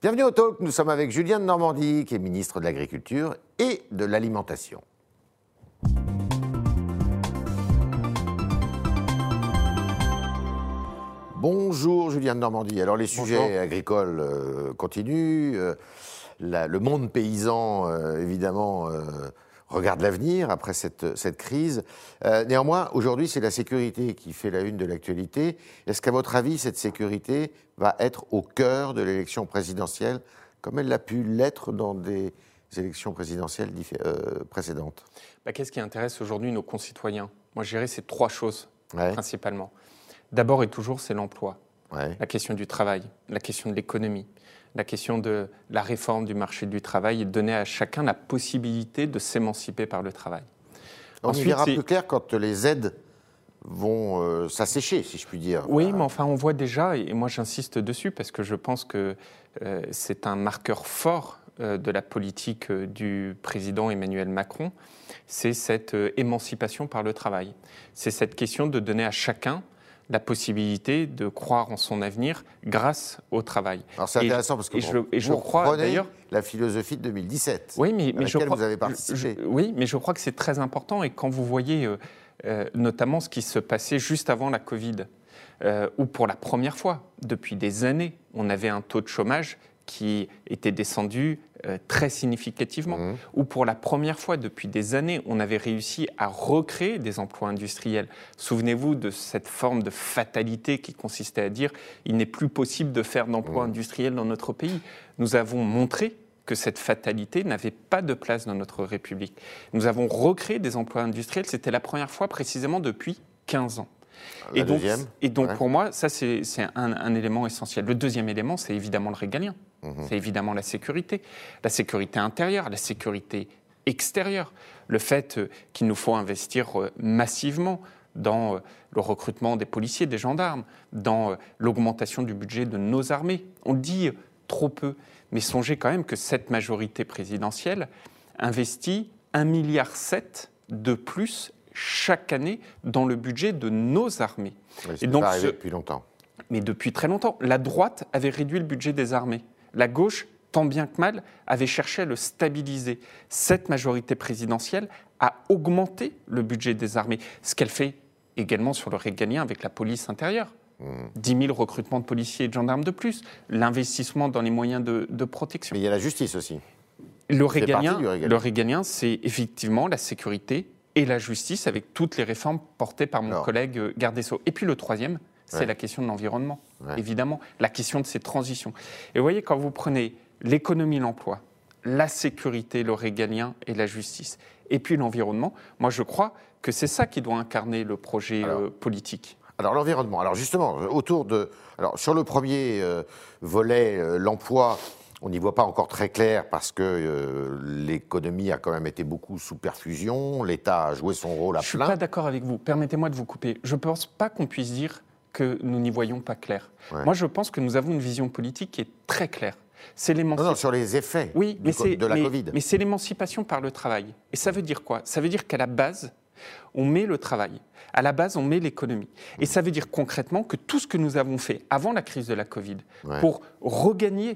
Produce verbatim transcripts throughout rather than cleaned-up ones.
Bienvenue au Talk, nous sommes avec Julien de Normandie, qui est ministre de l'Agriculture et de l'Alimentation. Bonjour Julien de Normandie. Alors les sujets Bonjour. agricoles euh, continuent, euh, la, le monde paysan euh, évidemment euh, regarde l'avenir après cette, cette crise. Euh, néanmoins, aujourd'hui c'est la sécurité qui fait la une de l'actualité. Est-ce qu'à votre avis cette sécurité va être au cœur de l'élection présidentielle comme elle l'a pu l'être dans des élections présidentielles diffé- euh, précédentes? bah, Qu'est-ce qui intéresse aujourd'hui nos concitoyens? Moi je dirais c'est trois choses ouais. principalement. D'abord et toujours, c'est l'emploi, ouais. la question du travail, la question de l'économie, la question de la réforme du marché du travail et de donner à chacun la possibilité de s'émanciper par le travail. On Ensuite, y verra c'est... plus clair quand les aides vont euh, s'assécher, si je puis dire. Oui, ah. mais enfin, on voit déjà, et moi j'insiste dessus, parce que je pense que euh, c'est un marqueur fort euh, de la politique euh, du président Emmanuel Macron, c'est cette euh, émancipation par le travail. C'est cette question de donner à chacun la possibilité de croire en son avenir grâce au travail. Alors c'est intéressant et, parce que et vous, je, et je vous crois d'ailleurs la philosophie de deux mille dix-sept, oui, mais, à mais laquelle je crois, vous avez participé. Je, je, oui, mais je crois que c'est très important et quand vous voyez euh, euh, notamment ce qui se passait juste avant la Covid, euh, où pour la première fois depuis des années, on avait un taux de chômage qui était descendu euh, très significativement, mmh. où pour la première fois depuis des années, on avait réussi à recréer des emplois industriels. Souvenez-vous de cette forme de fatalité qui consistait à dire « il n'est plus possible de faire d'emplois mmh. industriels dans notre pays ». Nous avons montré que cette fatalité n'avait pas de place dans notre République. Nous avons recréé des emplois industriels, c'était la première fois précisément depuis quinze ans. La et donc, deuxième, et donc ouais. pour moi, ça c'est, c'est un, un élément essentiel. Le deuxième élément, c'est évidemment le régalien. Mmh. C'est évidemment la sécurité. La sécurité intérieure, la sécurité extérieure. Le fait euh, qu'il nous faut investir euh, massivement dans euh, le recrutement des policiers, des gendarmes, dans euh, l'augmentation du budget de nos armées. On le dit euh, trop peu, mais songez quand même que cette majorité présidentielle investit un virgule sept milliard de plus chaque année dans le budget de nos armées. Oui, c'est pas arrivé depuis longtemps. Mais depuis très longtemps. La droite avait réduit le budget des armées. La gauche, tant bien que mal, avait cherché à le stabiliser. Cette majorité présidentielle a augmenté le budget des armées, ce qu'elle fait également sur le régalien avec la police intérieure. Mmh. dix mille recrutements de policiers et de gendarmes de plus, l'investissement dans les moyens de, de protection. Mais il y a la justice aussi. Le régalien, régalien. le régalien, c'est effectivement la sécurité et la justice avec toutes les réformes portées par mon Alors. collègue garde des Sceaux. Et puis le troisième, c'est ouais. la question de l'environnement, ouais. évidemment, la question de ces transitions. Et vous voyez, quand vous prenez l'économie, l'emploi, la sécurité, le régalien et la justice, et puis l'environnement, moi je crois que c'est ça qui doit incarner le projet Alors. Euh, politique. Alors l'environnement, alors justement, autour de... Alors sur le premier euh, volet, euh, l'emploi... On n'y voit pas encore très clair parce que euh, l'économie a quand même été beaucoup sous perfusion, l'État a joué son rôle à plein. Je ne suis pas d'accord avec vous, permettez-moi de vous couper. Je ne pense pas qu'on puisse dire que nous n'y voyons pas clair. Ouais. Moi, je pense que nous avons une vision politique qui est très claire. C'est l'émancipation. Non, non, sur les effets oui, mais du, c'est, de la mais, Covid. Mais c'est l'émancipation par le travail. Et ça veut dire quoi? Ça veut dire qu'à la base, on met le travail. À la base, on met l'économie. Et ça veut dire concrètement que tout ce que nous avons fait avant la crise de la Covid ouais. pour regagner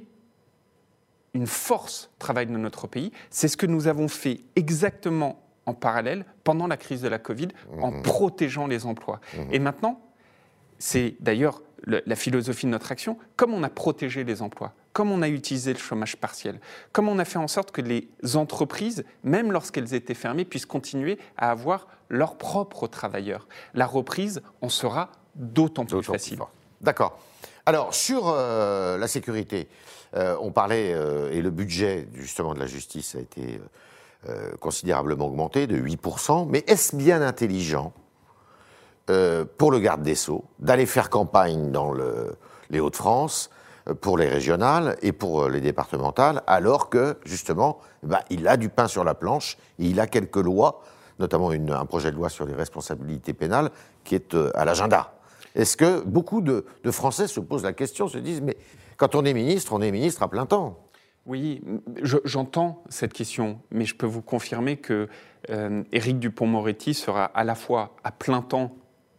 une force travail de notre pays, c'est ce que nous avons fait exactement en parallèle pendant la crise de la Covid, mmh. en protégeant les emplois. Mmh. Et maintenant, c'est d'ailleurs le, la philosophie de notre action, comme on a protégé les emplois, comme on a utilisé le chômage partiel, comme on a fait en sorte que les entreprises, même lorsqu'elles étaient fermées, puissent continuer à avoir leurs propres travailleurs. La reprise en sera d'autant plus d'autant facile. Plus D'accord. Alors, sur euh, la sécurité, euh, on parlait, euh, et le budget justement de la justice a été euh, considérablement augmenté, de huit pour cent, mais est-ce bien intelligent euh, pour le garde des Sceaux d'aller faire campagne dans le, les Hauts-de-France, euh, pour les régionales et pour euh, les départementales, alors que, justement, bah, il a du pain sur la planche, il a quelques lois, notamment une, un projet de loi sur les responsabilités pénales, qui est euh, à l'agenda. Est-ce que beaucoup de, de Français se posent la question, se disent « mais quand on est ministre, on est ministre à plein temps ». Oui, je, j'entends cette question, mais je peux vous confirmer que euh, Éric Dupond-Moretti sera à la fois à plein temps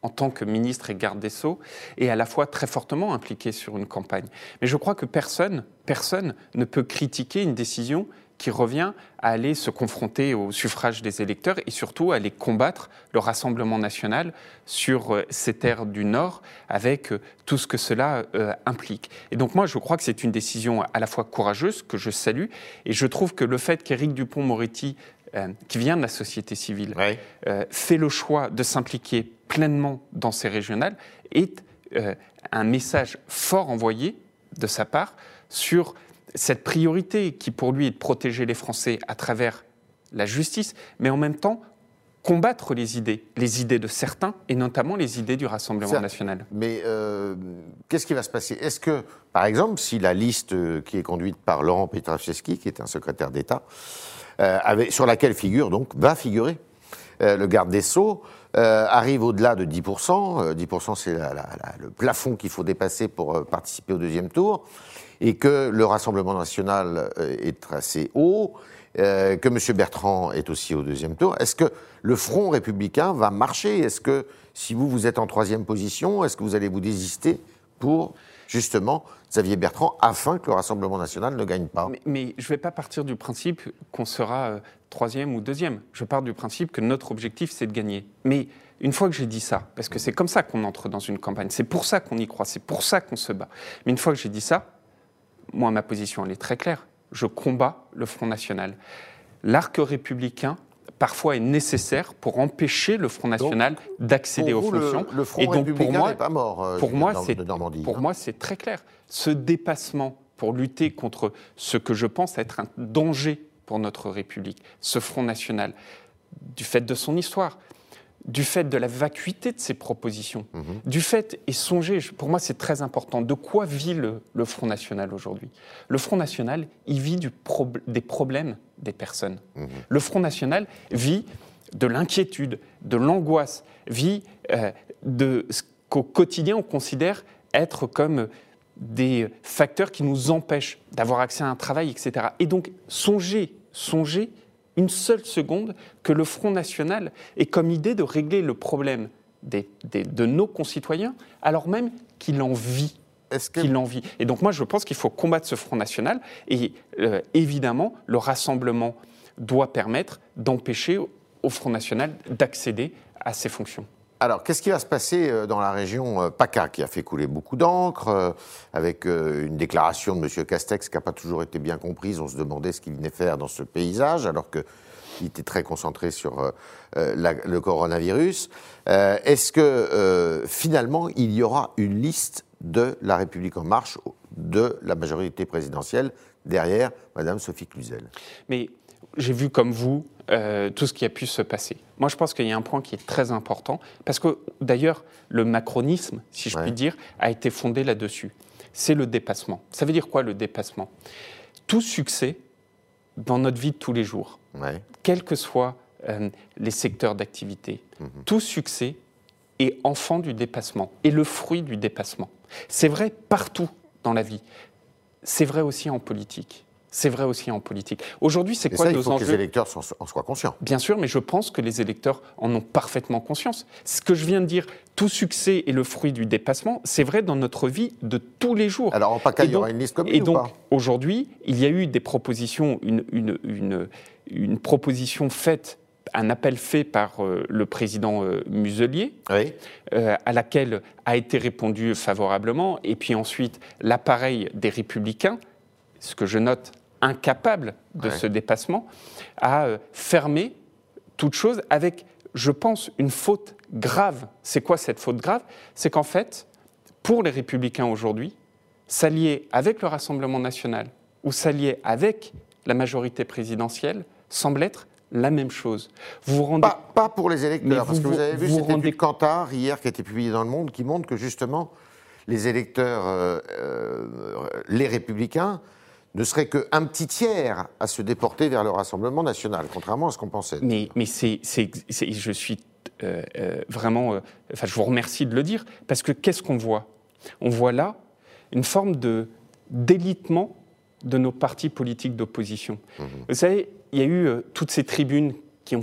en tant que ministre et garde des Sceaux, est à la fois très fortement impliqué sur une campagne. Mais je crois que personne, personne ne peut critiquer une décision qui revient à aller se confronter au suffrage des électeurs et surtout à aller combattre le Rassemblement national sur euh, ces terres du Nord avec euh, tout ce que cela euh, implique. Et donc moi, je crois que c'est une décision à la fois courageuse, que je salue, et je trouve que le fait qu'Éric Dupond-Moretti, euh, qui vient de la société civile, oui. euh, fait le choix de s'impliquer pleinement dans ces régionales est euh, un message fort envoyé de sa part sur cette priorité qui pour lui est de protéger les Français à travers la justice, mais en même temps combattre les idées, les idées de certains, et notamment les idées du Rassemblement Certes, national. Mais euh, qu'est-ce qui va se passer? Est-ce que, par exemple, si la liste qui est conduite par Laurent Pietraszewski, qui est un secrétaire d'État, euh, avec, sur laquelle figure donc, va figurer euh, le garde des Sceaux, euh, arrive au-delà de dix pour cent, euh, dix pour cent c'est la, la, la, le plafond qu'il faut dépasser pour euh, participer au deuxième tour, et que le Rassemblement national euh, est assez haut, euh, que M. Bertrand est aussi au deuxième tour, est-ce que le Front républicain va marcher? Est-ce que, si vous, vous êtes en troisième position, est-ce que vous allez vous désister pour, justement, Xavier Bertrand, afin que le Rassemblement national ne gagne pas? Mais, mais je ne vais pas partir du principe qu'on sera euh, troisième ou deuxième. Je pars du principe que notre objectif, c'est de gagner. Mais une fois que j'ai dit ça, parce que c'est comme ça qu'on entre dans une campagne, c'est pour ça qu'on y croit, c'est pour ça qu'on se bat. Mais une fois que j'ai dit ça, moi, ma position, elle est très claire. Je combats le Front national. L'arc républicain, parfois, est nécessaire pour empêcher le Front national donc, d'accéder aux fonctions. Le, le Front et donc, républicain n'est pas mort euh, pour moi, de, de Normandie. Pour hein. moi, c'est très clair. Ce dépassement pour lutter contre ce que je pense être un danger pour notre République, ce Front national, du fait de son histoire, du fait de la vacuité de ses propositions, mmh. du fait, et songez, pour moi c'est très important, de quoi vit le, le Front national aujourd'hui? Le Front national, il vit du pro, des problèmes des personnes. Mmh. Le Front national vit de l'inquiétude, de l'angoisse, vit euh, de ce qu'au quotidien on considère être comme des facteurs qui nous empêchent d'avoir accès à un travail, et cetera. Et donc, songez, songez une seule seconde que le Front national ait comme idée de régler le problème des, des, de nos concitoyens, alors même qu'il en vit. Est-ce que... qu'il en vit. Et donc moi, je pense qu'il faut combattre ce Front national. Et euh, évidemment, le rassemblement doit permettre d'empêcher au Front national d'accéder à ses fonctions. Alors, qu'est-ce qui va se passer dans la région PACA, qui a fait couler beaucoup d'encre, avec une déclaration de M. Castex qui n'a pas toujours été bien comprise. On se demandait ce qu'il venait faire dans ce paysage, alors qu'il était très concentré sur euh, la, le coronavirus. Euh, est-ce que, euh, finalement, il y aura une liste de La République En Marche, de la majorité présidentielle, derrière Mme Sophie Cluzel? Mais j'ai vu, comme vous, euh, tout ce qui a pu se passer. Moi, je pense qu'il y a un point qui est très important, parce que, d'ailleurs, le macronisme, si je ouais. puis dire, a été fondé là-dessus. C'est le dépassement. Ça veut dire quoi, le dépassement? Tout succès dans notre vie de tous les jours, ouais. quels que soient euh, les secteurs d'activité, mmh. tout succès est enfant du dépassement, et le fruit du dépassement. C'est vrai partout dans la vie. C'est vrai aussi en politique. C'est vrai aussi en politique. Aujourd'hui, c'est quoi ça, nos il faut enjeux? Que les électeurs en soient conscients. Bien sûr, mais je pense que les électeurs en ont parfaitement conscience. Ce que je viens de dire, tout succès est le fruit du dépassement, c'est vrai dans notre vie de tous les jours. Alors en PACA, il y aura une liste commune et ou donc, pas? Aujourd'hui, il y a eu des propositions, une, une, une, une proposition faite, un appel fait par euh, le président euh, Muselier, oui. euh, à laquelle a été répondu favorablement, et puis ensuite l'appareil des Républicains, ce que je note incapable de ouais. ce dépassement, a euh, fermé toute chose avec, je pense, une faute grave. C'est quoi cette faute grave? C'est qu'en fait, pour les Républicains aujourd'hui, s'allier avec le Rassemblement national ou s'allier avec la majorité présidentielle semble être la même chose. Vous vous rendez... pas, pas pour les électeurs, parce vous, que vous avez vu vous cette étude rendez... Kantar hier qui a été publiée dans Le Monde, qui montre que justement les électeurs, euh, euh, les Républicains, ne serait qu'un petit tiers à se déporter vers le Rassemblement national, contrairement à ce qu'on pensait. Mais, mais c'est, c'est, c'est, je suis euh, euh, vraiment... Euh, enfin, je vous remercie de le dire, parce que qu'est-ce qu'on voit? On voit là une forme de, d'élitement de nos partis politiques d'opposition. Mmh. Vous savez, il y a eu euh, toutes ces tribunes qui ont fait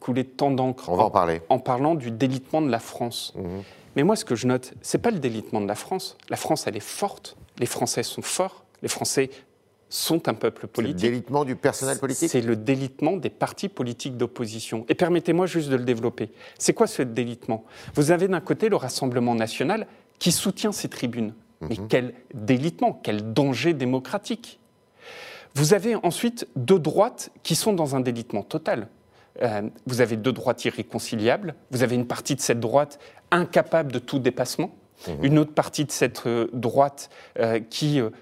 couler tant d'encre On va en parler. En parlant du délitement de la France. Mmh. Mais moi, ce que je note, ce n'est pas le délitement de la France. La France, elle est forte. Les Français sont forts. Les Français sont un peuple politique. C'est le délitement du personnel politique ? C'est le délitement des partis politiques d'opposition. Et permettez-moi juste de le développer. C'est quoi ce délitement ? Vous avez d'un côté le Rassemblement national qui soutient ces tribunes. Mmh. Mais quel délitement, quel danger démocratique ! Vous avez ensuite deux droites qui sont dans un délitement total. Euh, vous avez deux droites irréconciliables. Vous avez une partie de cette droite incapable de tout dépassement. Mmh. Une autre partie de cette euh, droite euh, qui... Euh,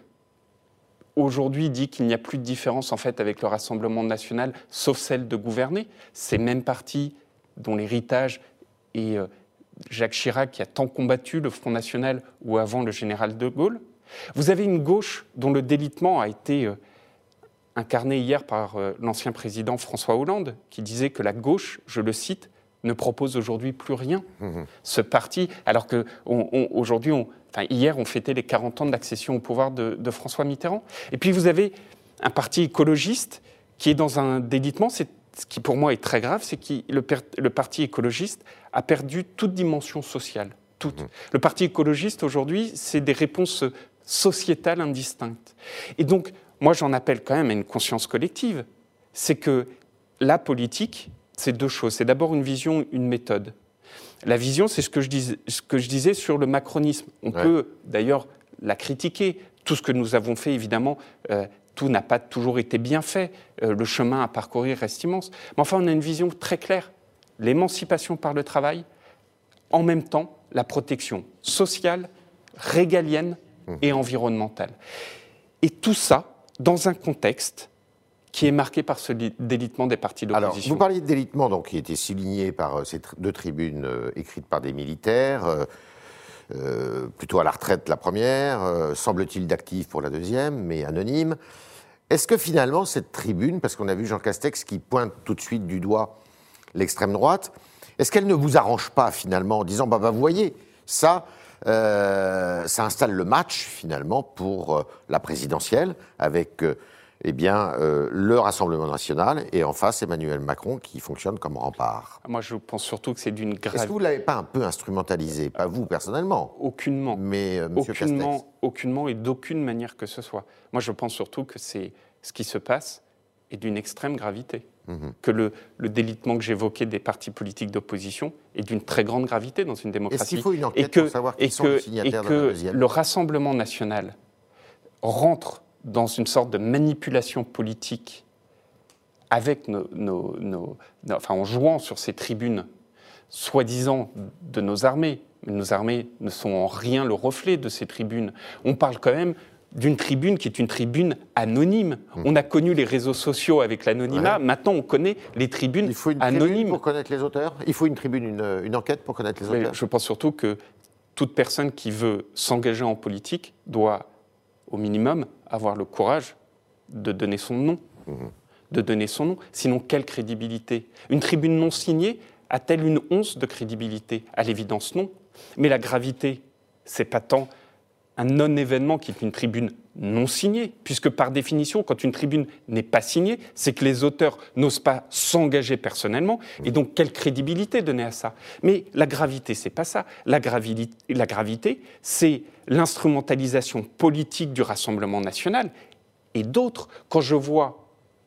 aujourd'hui dit qu'il n'y a plus de différence en fait avec le Rassemblement national, sauf celle de gouverner. Ces mêmes partis dont l'héritage est euh, Jacques Chirac qui a tant combattu le Front National ou avant le général de Gaulle. Vous avez une gauche dont le délitement a été euh, incarné hier par euh, l'ancien président François Hollande qui disait que la gauche, je le cite, ne propose aujourd'hui plus rien. Mmh. Ce parti, alors qu'aujourd'hui, on, on, enfin, hier, on fêtait les quarante ans de l'accession au pouvoir de, de François Mitterrand. Et puis, vous avez un parti écologiste qui est dans un délitement. C'est, ce qui, pour moi, est très grave, c'est que le, le parti écologiste a perdu toute dimension sociale. Toute. Mmh. Le parti écologiste, aujourd'hui, c'est des réponses sociétales indistinctes. Et donc, moi, j'en appelle quand même à une conscience collective. C'est que la politique... c'est deux choses. C'est d'abord une vision, une méthode. La vision, c'est ce que je disais, ce que je disais sur le macronisme. On ouais. peut d'ailleurs la critiquer. Tout ce que nous avons fait, évidemment, euh, tout n'a pas toujours été bien fait. Euh, le chemin à parcourir reste immense. Mais enfin, on a une vision très claire. L'émancipation par le travail, en même temps, la protection sociale, régalienne mmh. et environnementale. Et tout ça dans un contexte qui est marqué par ce délitement des partis d'opposition. Alors, vous parliez de délitement donc, qui était souligné par euh, ces tr- deux tribunes euh, écrites par des militaires, euh, euh, plutôt à la retraite la première, euh, semble-t-il d'actifs pour la deuxième, mais anonyme. Est-ce que finalement, cette tribune, parce qu'on a vu Jean Castex qui pointe tout de suite du doigt l'extrême droite, est-ce qu'elle ne vous arrange pas finalement en disant, bah, bah vous voyez, ça, euh, ça installe le match finalement pour euh, la présidentielle avec... Euh, eh bien, euh, le Rassemblement national et en face Emmanuel Macron qui fonctionne comme rempart. Moi, je pense surtout que c'est d'une grave... Est-ce que vous ne l'avez pas un peu instrumentalisé ? Pas vous, personnellement. Aucunement. Mais euh, M. aucunement, Castex. Aucunement et d'aucune manière que ce soit. Moi, je pense surtout que c'est, ce qui se passe est d'une extrême gravité. Mmh. Que le, le délitement que j'évoquais des partis politiques d'opposition est d'une très grande gravité dans une démocratie. Est-ce qu'il faut une enquête et que, pour savoir qui et sont que, les signataires et de la que deuxième ? Le Rassemblement national rentre dans une sorte de manipulation politique avec nos, nos, nos, nos, enfin, en jouant sur ces tribunes soi-disant de nos armées. Mais nos armées ne sont en rien le reflet de ces tribunes. On parle quand même d'une tribune qui est une tribune anonyme. Mmh. On a connu les réseaux sociaux avec l'anonymat, ouais. Maintenant on connaît les tribunes anonymes. Il faut une anonymes. tribune pour connaître les auteurs ? Il faut une tribune, une, une enquête pour connaître les auteurs ? Mais je pense surtout que toute personne qui veut s'engager en politique doit, au minimum, avoir le courage de donner son nom. Mmh. De donner son nom. Sinon, quelle crédibilité ? Une tribune non signée a-t-elle une once de crédibilité ? À l'évidence, non. Mais la gravité, c'est pas tant un non-événement qui est une tribune non signée, puisque par définition, quand une tribune n'est pas signée, c'est que les auteurs n'osent pas s'engager personnellement, et donc quelle crédibilité donner à ça ? Mais la gravité, c'est pas ça. La, gravi- la gravité, c'est l'instrumentalisation politique du Rassemblement national et d'autres. Quand je vois,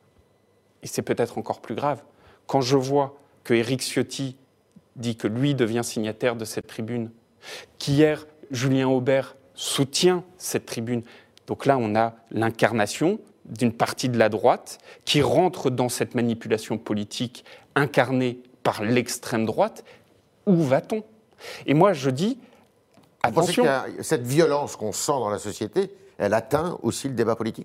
et c'est peut-être encore plus grave, quand je vois que Éric Ciotti dit que lui devient signataire de cette tribune, qu'hier, Julien Aubert soutient cette tribune. Donc là, on a l'incarnation d'une partie de la droite qui rentre dans cette manipulation politique incarnée par l'extrême droite. Où va-t-on ? Et moi, je dis, attention... Vous pensez que cette violence qu'on sent dans la société, elle atteint aussi le débat politique ?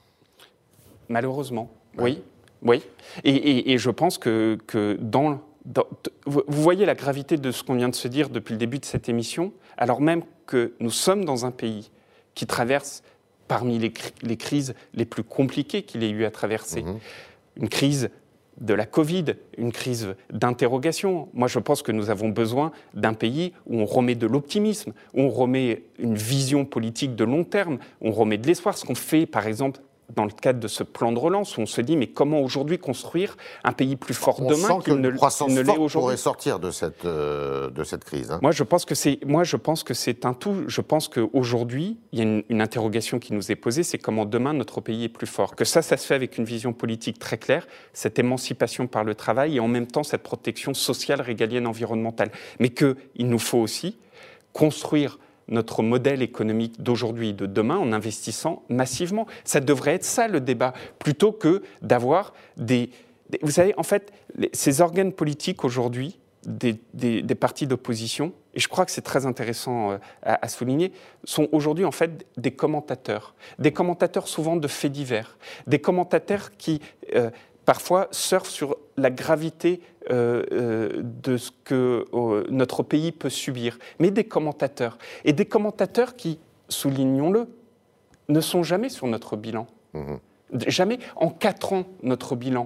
Malheureusement, ouais. oui. oui. Et, et, et je pense que, que dans... Dans, vous voyez la gravité de ce qu'on vient de se dire depuis le début de cette émission, alors même que nous sommes dans un pays qui traverse parmi les, les crises les plus compliquées qu'il ait eu à traverser. Mmh. Une crise de la Covid, une crise d'interrogation. Moi, je pense que nous avons besoin d'un pays où on remet de l'optimisme, où on remet une vision politique de long terme, où on remet de l'espoir. Ce qu'on fait, par exemple, dans le cadre de ce plan de relance où on se dit mais comment aujourd'hui construire un pays plus fort on demain qu'il ne, qu'il ne l'est aujourd'hui. Pourrait sortir de cette, euh, de cette crise. Hein. Moi, je pense que c'est, moi, je pense que c'est un tout. Je pense qu'aujourd'hui, il y a une, une interrogation qui nous est posée, c'est comment demain notre pays est plus fort. Que ça, ça se fait avec une vision politique très claire, cette émancipation par le travail et en même temps cette protection sociale, régalienne, environnementale. Mais qu'il nous faut aussi construire notre modèle économique d'aujourd'hui et de demain en investissant massivement. Ça devrait être ça le débat, plutôt que d'avoir des... des vous savez, en fait, les, ces organes politiques aujourd'hui, des, des, des partis d'opposition, et je crois que c'est très intéressant euh, à, à souligner, sont aujourd'hui en fait des commentateurs. Des commentateurs souvent de faits divers. Des commentateurs qui... Euh, parfois surfent sur la gravité euh, euh, de ce que euh, notre pays peut subir, mais des commentateurs. Et des commentateurs qui, soulignons-le, ne sont jamais sur notre bilan. Mmh. Jamais. En quatre ans, notre bilan,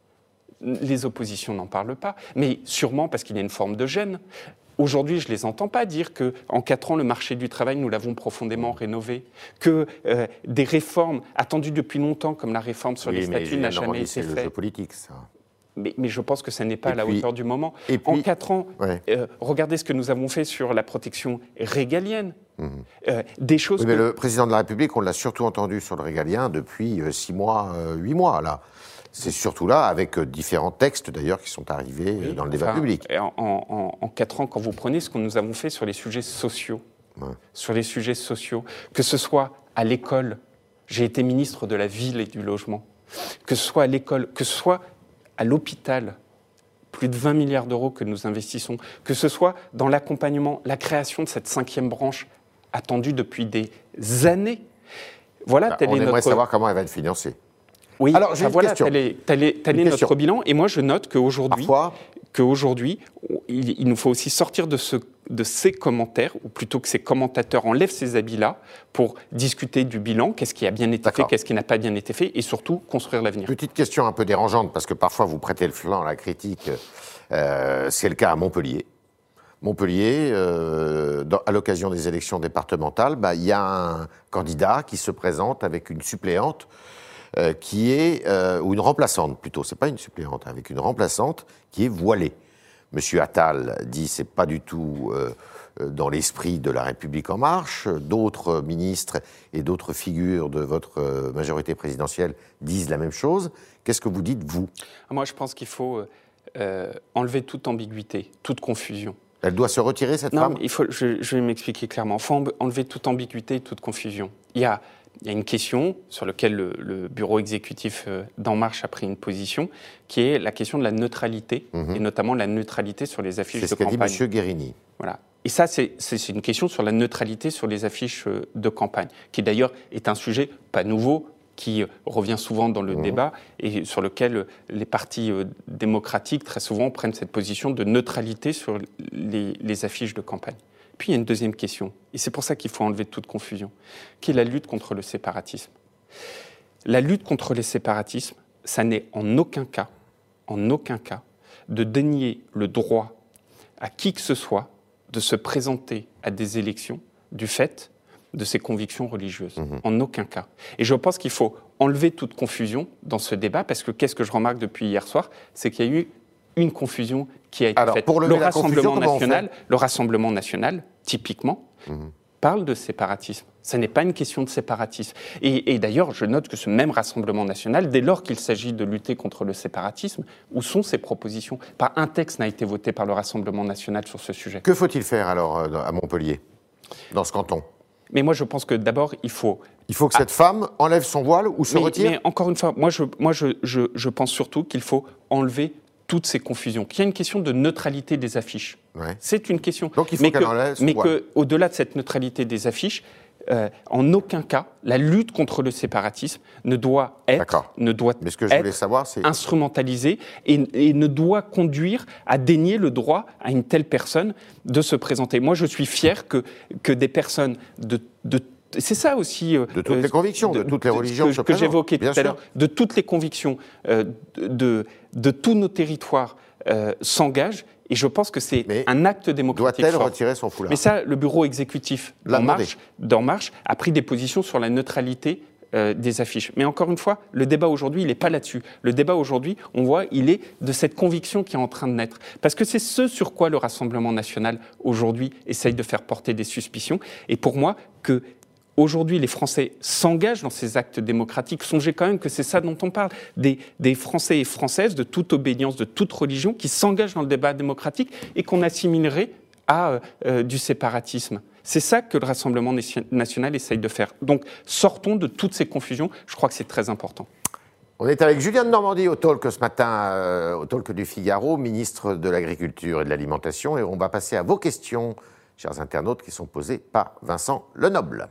les oppositions n'en parlent pas, mais sûrement parce qu'il y a une forme de gêne. Aujourd'hui, je ne les entends pas dire qu'en quatre ans, le marché du travail, nous l'avons profondément rénové, que euh, des réformes attendues depuis longtemps, comme la réforme sur oui, les statuts, n'a jamais été faite. C'est le jeu politique, ça. Mais, mais je pense que ça n'est pas et à la puis, hauteur du moment. Et puis, en quatre ans, ouais. euh, regardez ce que nous avons fait sur la protection régalienne. Mmh. Euh, des choses oui, que... mais le président de la République, on l'a surtout entendu sur le régalien depuis euh, six mois, euh, huit mois, là. C'est surtout là, avec différents textes d'ailleurs qui sont arrivés oui, dans le débat enfin, public. En, en, en quatre ans, quand vous prenez ce que nous avons fait sur les sujets sociaux, ouais. sur les sujets sociaux, que ce soit à l'école, j'ai été ministre de la ville et du logement, que ce soit à l'école, que ce soit à l'hôpital, plus de vingt milliards d'euros que nous investissons, que ce soit dans l'accompagnement, la création de cette cinquième branche attendue depuis des années. Voilà, bah, telle on est aimerait notre... savoir comment elle va être financée. Oui, alors j'ai enfin, une voilà, question. Tel est, tel est, tel est notre question. bilan. Et moi, je note qu'aujourd'hui, Parfois... qu'aujourd'hui il, il nous faut aussi sortir de, ce, de ces commentaires, ou plutôt que ces commentateurs enlèvent ces habits-là pour discuter du bilan, qu'est-ce qui a bien été D'accord. fait, qu'est-ce qui n'a pas bien été fait, et surtout construire l'avenir. Petite question un peu dérangeante, parce que parfois vous prêtez le flanc à la critique. Euh, c'est le cas à Montpellier. Montpellier, euh, dans, à l'occasion des élections départementales, bah, y a un candidat qui se présente avec une suppléante Euh, qui est, euh, ou une remplaçante plutôt, c'est pas une suppléante, avec une remplaçante qui est voilée. Monsieur Attal dit c'est pas du tout euh, dans l'esprit de la République en marche. D'autres ministres et d'autres figures de votre euh, majorité présidentielle disent la même chose. Qu'est-ce que vous dites, vous ? Moi, je pense qu'il faut euh, enlever toute ambiguïté, toute confusion. Elle doit se retirer, cette non, femme ? Non, il faut, je, je vais m'expliquer clairement. Il faut enlever toute ambiguïté et toute confusion. Il y a Il y a une question sur laquelle le, le bureau exécutif d'En Marche a pris une position, qui est la question de la neutralité, mmh. et notamment la neutralité sur les affiches de campagne. C'est ce qu'a dit M. Guérini. Voilà. Et ça, c'est, c'est, c'est une question sur la neutralité sur les affiches de campagne, qui d'ailleurs est un sujet pas nouveau, qui revient souvent dans le mmh. débat, et sur lequel les partis démocratiques, très souvent, prennent cette position de neutralité sur les, les affiches de campagne. Puis il y a une deuxième question, et c'est pour ça qu'il faut enlever toute confusion, qui est la lutte contre le séparatisme. La lutte contre les séparatismes, ça n'est en aucun cas, en aucun cas, de dénier le droit à qui que ce soit de se présenter à des élections du fait de ses convictions religieuses. Mmh. En aucun cas. Et je pense qu'il faut enlever toute confusion dans ce débat, parce que qu'est-ce que je remarque depuis hier soir, c'est qu'il y a eu une confusion qui a été Alors, faite. Pour le, Rassemblement national, le Rassemblement national, typiquement, mmh. parle de séparatisme. Ce n'est pas une question de séparatisme. Et, et d'ailleurs, je note que ce même Rassemblement national, dès lors qu'il s'agit de lutter contre le séparatisme, où sont ses propositions ? Pas un texte n'a été voté par le Rassemblement national sur ce sujet. Que faut-il faire alors à Montpellier, dans ce canton ? Mais moi, je pense que d'abord, il faut... Il faut que cette ah. femme enlève son voile ou se mais, retire ? Mais encore une fois, moi, je, moi je, je, je pense surtout qu'il faut enlever toutes ces confusions, qu'il y a une question de neutralité des affiches. Ouais. C'est une question. Donc il faut mais qu'elle que, enlève son Mais voile. qu'au-delà de cette neutralité des affiches, euh, en aucun cas, la lutte contre le séparatisme ne doit être, ne doit mais ce que je voulais savoir, c'est... instrumentalisée et, et ne doit conduire à dénier le droit à une telle personne de se présenter. Moi, je suis fier que, que des personnes de, de c'est ça aussi... Euh, de toutes euh, les convictions, de, de toutes les religions que, que j'évoquais tout à l'heure, de toutes les convictions, euh, de, de, de tous nos territoires euh, s'engagent, et je pense que c'est mais un acte démocratique doit-elle fort. Retirer son foulard ? Mais ça, le bureau exécutif d'En Marche, d'En Marche a pris des positions sur la neutralité euh, des affiches. Mais encore une fois, le débat aujourd'hui, il n'est pas là-dessus. Le débat aujourd'hui, on voit, il est de cette conviction qui est en train de naître. Parce que c'est ce sur quoi le Rassemblement national, aujourd'hui, essaye de faire porter des suspicions. Et pour moi, que aujourd'hui, les Français s'engagent dans ces actes démocratiques. Songez quand même que c'est ça dont on parle. Des, des Français et Françaises de toute obédience, de toute religion, qui s'engagent dans le débat démocratique et qu'on assimilerait à euh, du séparatisme. C'est ça que le Rassemblement national essaye de faire. Donc, sortons de toutes ces confusions. Je crois que c'est très important. On est avec Julien de Normandie au talk ce matin, euh, au talk du Figaro, ministre de l'Agriculture et de l'Alimentation. Et on va passer à vos questions, chers internautes, qui sont posées par Vincent Lenoble.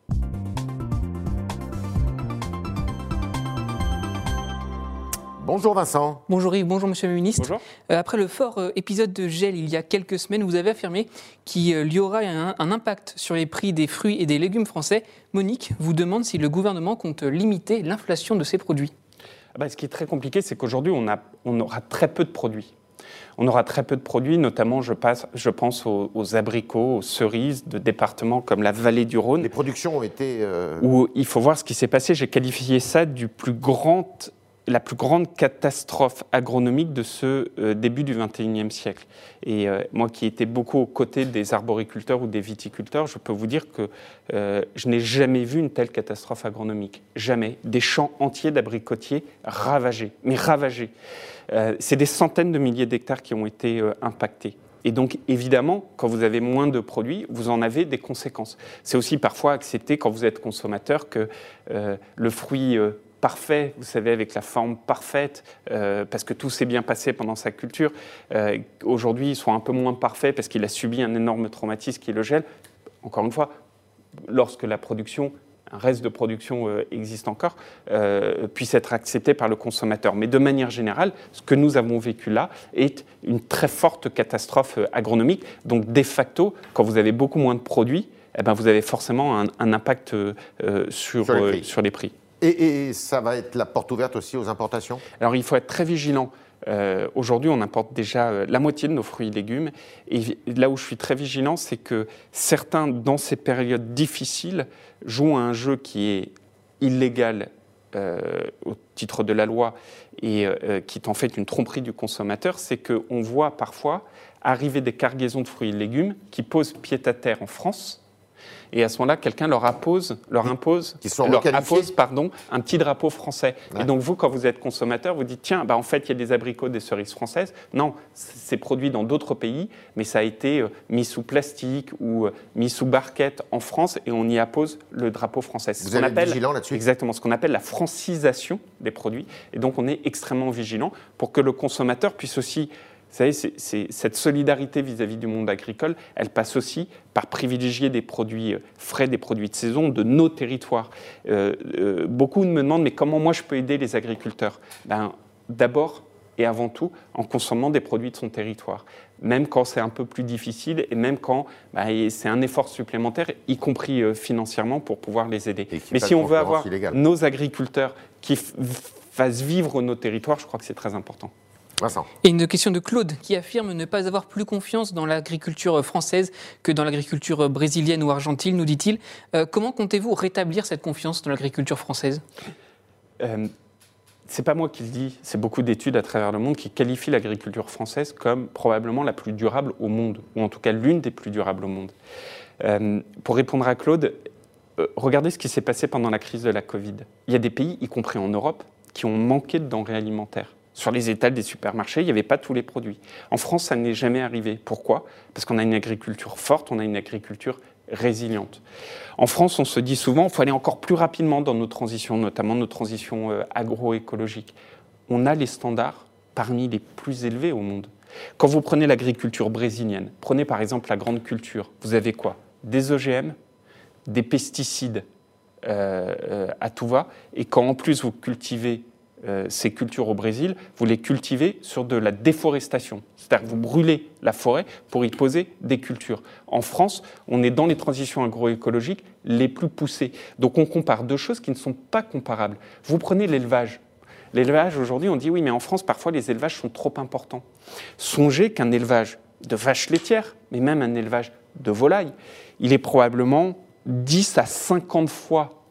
Bonjour Vincent. Bonjour Yves, bonjour Monsieur le Ministre. Bonjour. Euh, après le fort euh, épisode de gel il y a quelques semaines, vous avez affirmé qu'il euh, y aura un, un impact sur les prix des fruits et des légumes français. Monique vous demande si le gouvernement compte limiter l'inflation de ces produits. Ah bah, ce qui est très compliqué, c'est qu'aujourd'hui, on, a, on aura très peu de produits. On aura très peu de produits, notamment je, passe, je pense aux, aux abricots, aux cerises de départements comme la vallée du Rhône. Les productions ont été... Euh... Où il faut voir ce qui s'est passé. J'ai qualifié ça du plus grand... la plus grande catastrophe agronomique de ce euh, début du vingt et unième siècle. Et euh, moi qui étais beaucoup aux côtés des arboriculteurs ou des viticulteurs, je peux vous dire que euh, je n'ai jamais vu une telle catastrophe agronomique. Jamais. Des champs entiers d'abricotiers ravagés, mais ravagés. Euh, c'est des centaines de milliers d'hectares qui ont été euh, impactés. Et donc, évidemment, quand vous avez moins de produits, vous en avez des conséquences. C'est aussi parfois accepté, quand vous êtes consommateur, que euh, le fruit... Euh, parfait, vous savez, avec la forme parfaite, euh, parce que tout s'est bien passé pendant sa culture. Euh, aujourd'hui, il soit un peu moins parfait parce qu'il a subi un énorme traumatisme qui est le gel. Encore une fois, lorsque la production, un reste de production euh, existe encore, euh, puisse être accepté par le consommateur. Mais de manière générale, ce que nous avons vécu là est une très forte catastrophe agronomique. Donc, de facto, quand vous avez beaucoup moins de produits, eh ben, vous avez forcément un, un impact euh, sur, sur, les euh, sur les prix. Et, et ça va être la porte ouverte aussi aux importations ? Alors, il faut être très vigilant. Euh, aujourd'hui, on importe déjà euh, la moitié de nos fruits et légumes. Et là où je suis très vigilant, c'est que certains, dans ces périodes difficiles, jouent à un jeu qui est illégal euh, au titre de la loi et euh, qui est en fait une tromperie du consommateur. C'est qu'on voit parfois arriver des cargaisons de fruits et légumes qui posent pied-à-terre en France. Et à ce moment-là, quelqu'un leur impose, leur impose, qui sont leur appose, pardon, un petit drapeau français. Ouais. Et donc vous, quand vous êtes consommateur, vous dites tiens, bah en fait, il y a des abricots, des cerises françaises. Non, c'est produit dans d'autres pays, mais ça a été mis sous plastique ou mis sous barquette en France, et on y appose le drapeau français. Vous allez être vigilant là-dessus ? Exactement, ce qu'on appelle la francisation des produits. Et donc on est extrêmement vigilant pour que le consommateur puisse aussi... Vous savez, c'est, c'est, cette solidarité vis-à-vis du monde agricole, elle passe aussi par privilégier des produits frais, des produits de saison de nos territoires. Euh, euh, beaucoup me demandent, mais comment moi je peux aider les agriculteurs ? Ben, d'abord et avant tout, en consommant des produits de son territoire. Même quand c'est un peu plus difficile et même quand ben, c'est un effort supplémentaire, y compris euh, financièrement, pour pouvoir les aider. Mais si on veut avoir illégale. Nos agriculteurs qui f- fassent vivre nos territoires, je crois que c'est très important. Vincent. Et une question de Claude qui affirme ne pas avoir plus confiance dans l'agriculture française que dans l'agriculture brésilienne ou argentine, nous dit-il. Euh, comment comptez-vous rétablir cette confiance dans l'agriculture française ? euh, C'est pas moi qui le dis, c'est beaucoup d'études à travers le monde qui qualifient l'agriculture française comme probablement la plus durable au monde, ou en tout cas l'une des plus durables au monde. Euh, pour répondre à Claude, euh, regardez ce qui s'est passé pendant la crise de la Covid. Il y a des pays, y compris en Europe, qui ont manqué de denrées alimentaires. Sur les étals des supermarchés, il n'y avait pas tous les produits. En France, ça n'est jamais arrivé. Pourquoi ? Parce qu'on a une agriculture forte, on a une agriculture résiliente. En France, on se dit souvent qu'il faut aller encore plus rapidement dans nos transitions, notamment nos transitions euh, agroécologiques. On a les standards parmi les plus élevés au monde. Quand vous prenez l'agriculture brésilienne, prenez par exemple la grande culture, vous avez quoi ? Des O G M, des pesticides euh, euh, à tout va, et quand en plus vous cultivez Euh, ces cultures au Brésil, vous les cultivez sur de la déforestation. C'est-à-dire que vous brûlez la forêt pour y poser des cultures. En France, on est dans les transitions agroécologiques les plus poussées. Donc on compare deux choses qui ne sont pas comparables. Vous prenez l'élevage. L'élevage, aujourd'hui, on dit oui, mais en France, parfois, les élevages sont trop importants. Songez qu'un élevage de vaches laitières, mais même un élevage de volailles, il est probablement dix à cinquante fois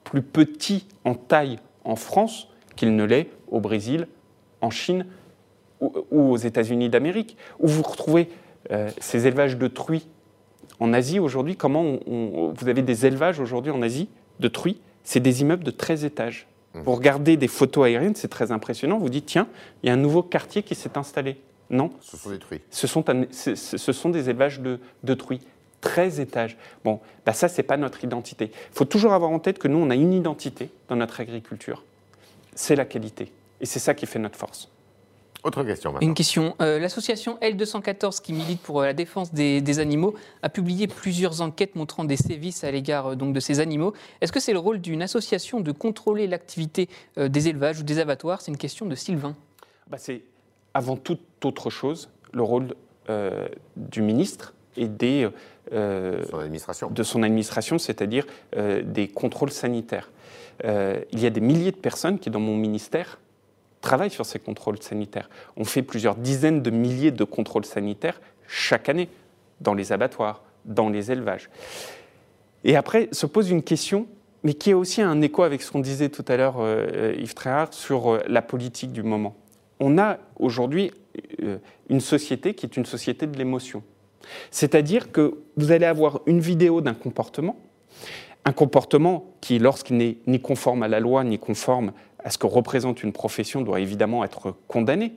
plus petit en taille en France qu'il ne l'est au Brésil, en Chine ou, ou aux États-Unis d'Amérique, où vous retrouvez euh, ces élevages de truies en Asie aujourd'hui. Comment on, on, vous avez des élevages aujourd'hui en Asie de truies? C'est des immeubles de treize étages. Mmh. Vous regardez des photos aériennes, c'est très impressionnant. Vous dites, tiens, il y a un nouveau quartier qui s'est installé. Non. Ce sont des truies. Ce sont, un, ce, ce sont des élevages de, de truies. treize étages. Bon, bah ça, ce n'est pas notre identité. Il faut toujours avoir en tête que nous, on a une identité dans notre agriculture. C'est la qualité. Et c'est ça qui fait notre force. Autre question maintenant. Une question. Euh, l'association L deux cent quatorze, qui milite pour la défense des, des animaux, a publié plusieurs enquêtes montrant des sévices à l'égard euh, donc, de ces animaux. Est-ce que c'est le rôle d'une association de contrôler l'activité euh, des élevages ou des abattoirs? C'est une question de Sylvain. Bah, c'est avant toute autre chose le rôle euh, du ministre et des, euh, son administration. de son administration, c'est-à-dire euh, des contrôles sanitaires. Euh, il y a des milliers de personnes qui, dans mon ministère, travaillent sur ces contrôles sanitaires. On fait plusieurs dizaines de milliers de contrôles sanitaires chaque année, dans les abattoirs, dans les élevages. Et après, se pose une question, mais qui est aussi un écho avec ce qu'on disait tout à l'heure, euh, Yves Tréhard, sur euh, la politique du moment. On a aujourd'hui euh, une société qui est une société de l'émotion. C'est-à-dire que vous allez avoir une vidéo d'un comportement, un comportement qui, lorsqu'il n'est ni conforme à la loi, ni conforme à ce que représente une profession, doit évidemment être condamné.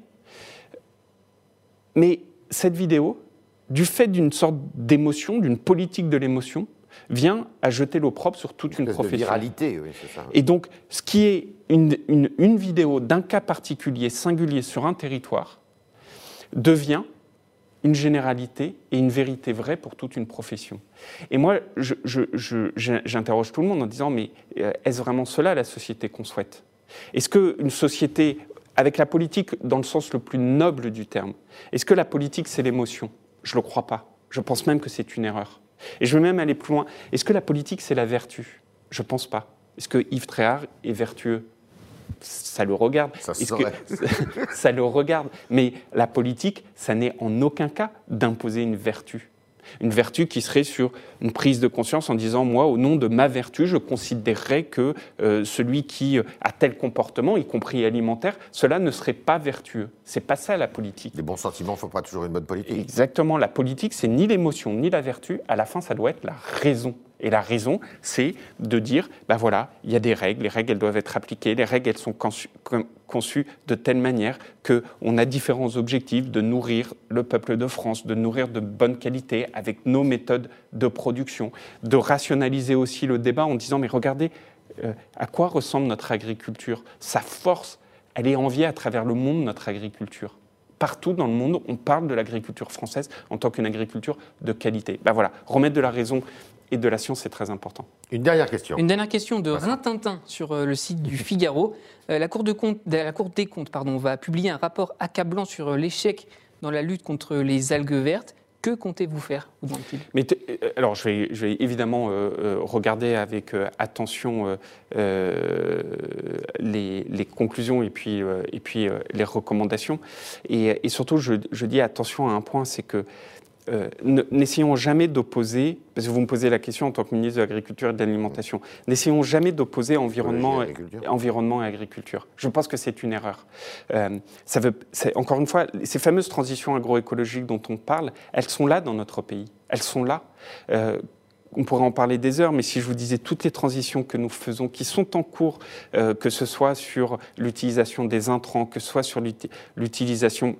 Mais cette vidéo, du fait d'une sorte d'émotion, d'une politique de l'émotion, vient à jeter l'opprobre sur toute une, une profession. De viralité, oui, c'est ça. Et donc, ce qui est une, une, une vidéo d'un cas particulier, singulier, sur un territoire, devient une généralité et une vérité vraie pour toute une profession. Et moi, je, je, je, j'interroge tout le monde en disant, mais est-ce vraiment cela la société qu'on souhaite ? Est-ce qu'une société, avec la politique dans le sens le plus noble du terme, est-ce que la politique c'est l'émotion ? Je ne le crois pas. Je pense même que c'est une erreur. Et je veux même aller plus loin. Est-ce que la politique c'est la vertu ? Je ne pense pas. Est-ce que Yves Tréhard est vertueux ? Ça le regarde. Ça, Est-ce que ça le regarde. Mais la politique, ça n'est en aucun cas d'imposer une vertu. Une vertu qui serait sur une prise de conscience en disant, moi, au nom de ma vertu, je considérerais que euh, celui qui a tel comportement, y compris alimentaire, cela ne serait pas vertueux. C'est pas ça la politique. Les bons sentiments ne font pas toujours une bonne politique. Exactement. La politique, c'est ni l'émotion, ni la vertu. À la fin, ça doit être la raison. Et la raison, c'est de dire, ben voilà, il y a des règles, les règles, elles doivent être appliquées, les règles, elles sont conçues, conçues de telle manière qu'on a différents objectifs de nourrir le peuple de France, de nourrir de bonne qualité avec nos méthodes de production, de rationaliser aussi le débat en disant, mais regardez, euh, à quoi ressemble notre agriculture ? Sa force, elle est enviée à travers le monde, notre agriculture. Partout dans le monde, on parle de l'agriculture française en tant qu'une agriculture de qualité. Ben voilà, remettre de la raison et de la science, c'est très important. Une dernière question. Une dernière question de Rintintin sur euh, le site du Figaro. Euh, la, Cour de compte, la Cour des comptes pardon, va publier un rapport accablant sur euh, l'échec dans la lutte contre les algues vertes. Que comptez-vous faire, vous demande-t-il ? Mais alors, je vais, je vais évidemment euh, euh, regarder avec euh, attention euh, euh, les, les conclusions et puis, euh, et puis euh, les recommandations. Et, et surtout, je, je dis attention à un point, c'est que Euh, n'essayons jamais d'opposer, parce que vous me posez la question en tant que ministre de l'Agriculture et de l'Alimentation, n'essayons jamais d'opposer environnement, et, environnement et agriculture. Je pense que c'est une erreur. Euh, ça veut, encore une fois, ces fameuses transitions agroécologiques dont on parle, elles sont là dans notre pays. Elles sont là. Euh, On pourrait en parler des heures, mais si je vous disais toutes les transitions que nous faisons, qui sont en cours, euh, que ce soit sur l'utilisation des intrants, que ce soit sur l'utilisation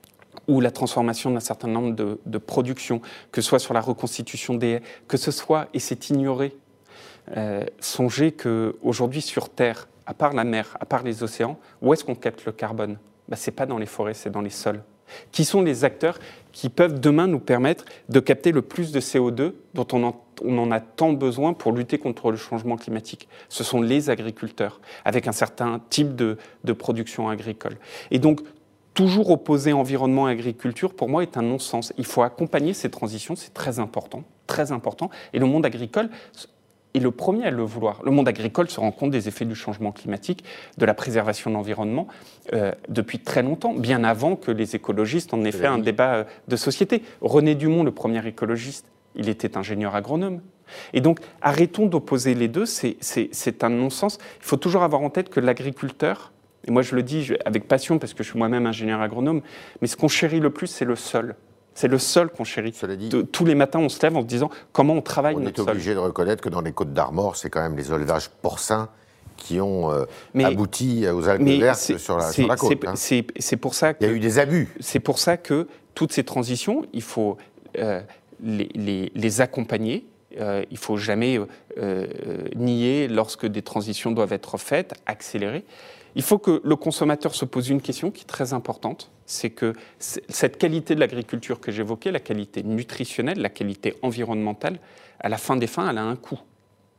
ou la transformation d'un certain nombre de, de productions, que ce soit sur la reconstitution des haies, que ce soit, et c'est ignoré, euh, songez qu'aujourd'hui sur Terre, à part la mer, à part les océans, où est-ce qu'on capte le carbone ? Ben, ce n'est pas dans les forêts, c'est dans les sols. Qui sont les acteurs qui peuvent demain nous permettre de capter le plus de C O deux dont on en, on en a tant besoin pour lutter contre le changement climatique ? Ce sont les agriculteurs, avec un certain type de, de production agricole. Et donc, toujours opposer environnement et agriculture, pour moi, est un non-sens. Il faut accompagner ces transitions, c'est très important, très important. Et le monde agricole est le premier à le vouloir. Le monde agricole se rend compte des effets du changement climatique, de la préservation de l'environnement, euh, depuis très longtemps, bien avant que les écologistes en aient fait un débat de société. René Dumont, le premier écologiste, il était ingénieur agronome. Et donc, arrêtons d'opposer les deux, c'est, c'est, c'est un non-sens. Il faut toujours avoir en tête que l'agriculteur, et moi je le dis avec passion parce que je suis moi-même ingénieur agronome, mais ce qu'on chérit le plus, c'est le sol. C'est le sol qu'on chérit. Cela dit, de, tous les matins, on se lève en se disant comment on travaille on notre sol. On est obligé de reconnaître que dans les Côtes d'Armor, c'est quand même les élevages porcins qui ont euh, mais, abouti aux algues vertes sur la, sur la côte. C'est, hein. c'est, c'est pour ça que, il y a eu des abus. C'est pour ça que toutes ces transitions, il faut euh, les, les, les accompagner. Euh, il ne faut jamais euh, euh, nier lorsque des transitions doivent être faites, accélérer. Il faut que le consommateur se pose une question qui est très importante, c'est que cette qualité de l'agriculture que j'évoquais, la qualité nutritionnelle, la qualité environnementale, à la fin des fins, elle a un coût.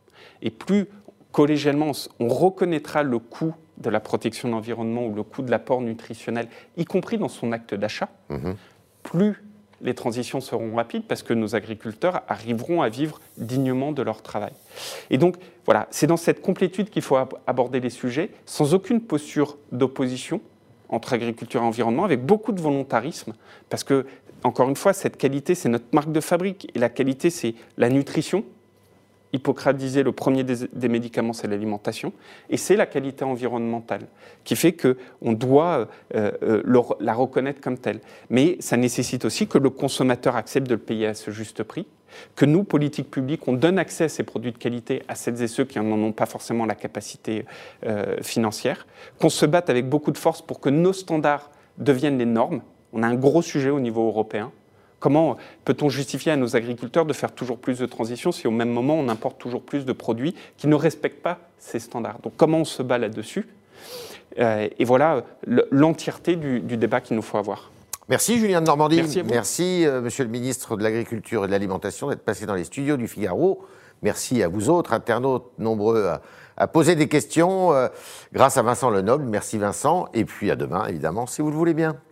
Et plus collégialement on reconnaîtra le coût de la protection de l'environnement ou le coût de l'apport nutritionnel, y compris dans son acte d'achat, mmh. plus les transitions seront rapides parce que nos agriculteurs arriveront à vivre dignement de leur travail. Et donc, voilà, c'est dans cette complétude qu'il faut ab- aborder les sujets, sans aucune posture d'opposition entre agriculture et environnement, avec beaucoup de volontarisme, parce que, encore une fois, cette qualité, c'est notre marque de fabrique, et la qualité, c'est la nutrition. Hippocrate disait le premier des, des médicaments, c'est l'alimentation, et c'est la qualité environnementale, qui fait qu'on doit euh, euh, le, la reconnaître comme telle. Mais ça nécessite aussi que le consommateur accepte de le payer à ce juste prix, que nous, politiques publiques, on donne accès à ces produits de qualité à celles et ceux qui n'en ont pas forcément la capacité euh, financière, qu'on se batte avec beaucoup de force pour que nos standards deviennent les normes. On a un gros sujet au niveau européen. Comment peut-on justifier à nos agriculteurs de faire toujours plus de transitions si au même moment on importe toujours plus de produits qui ne respectent pas ces standards? Donc comment on se bat là-dessus? euh, Et voilà l'entièreté du, du débat qu'il nous faut avoir. Merci Julien de Normandie. Merci, Merci euh, Monsieur le ministre de l'Agriculture et de l'Alimentation d'être passé dans les studios du Figaro. Merci à vous autres, internautes nombreux à, à poser des questions. Euh, grâce à Vincent Lenoble. Merci Vincent. Et puis à demain, évidemment, si vous le voulez bien.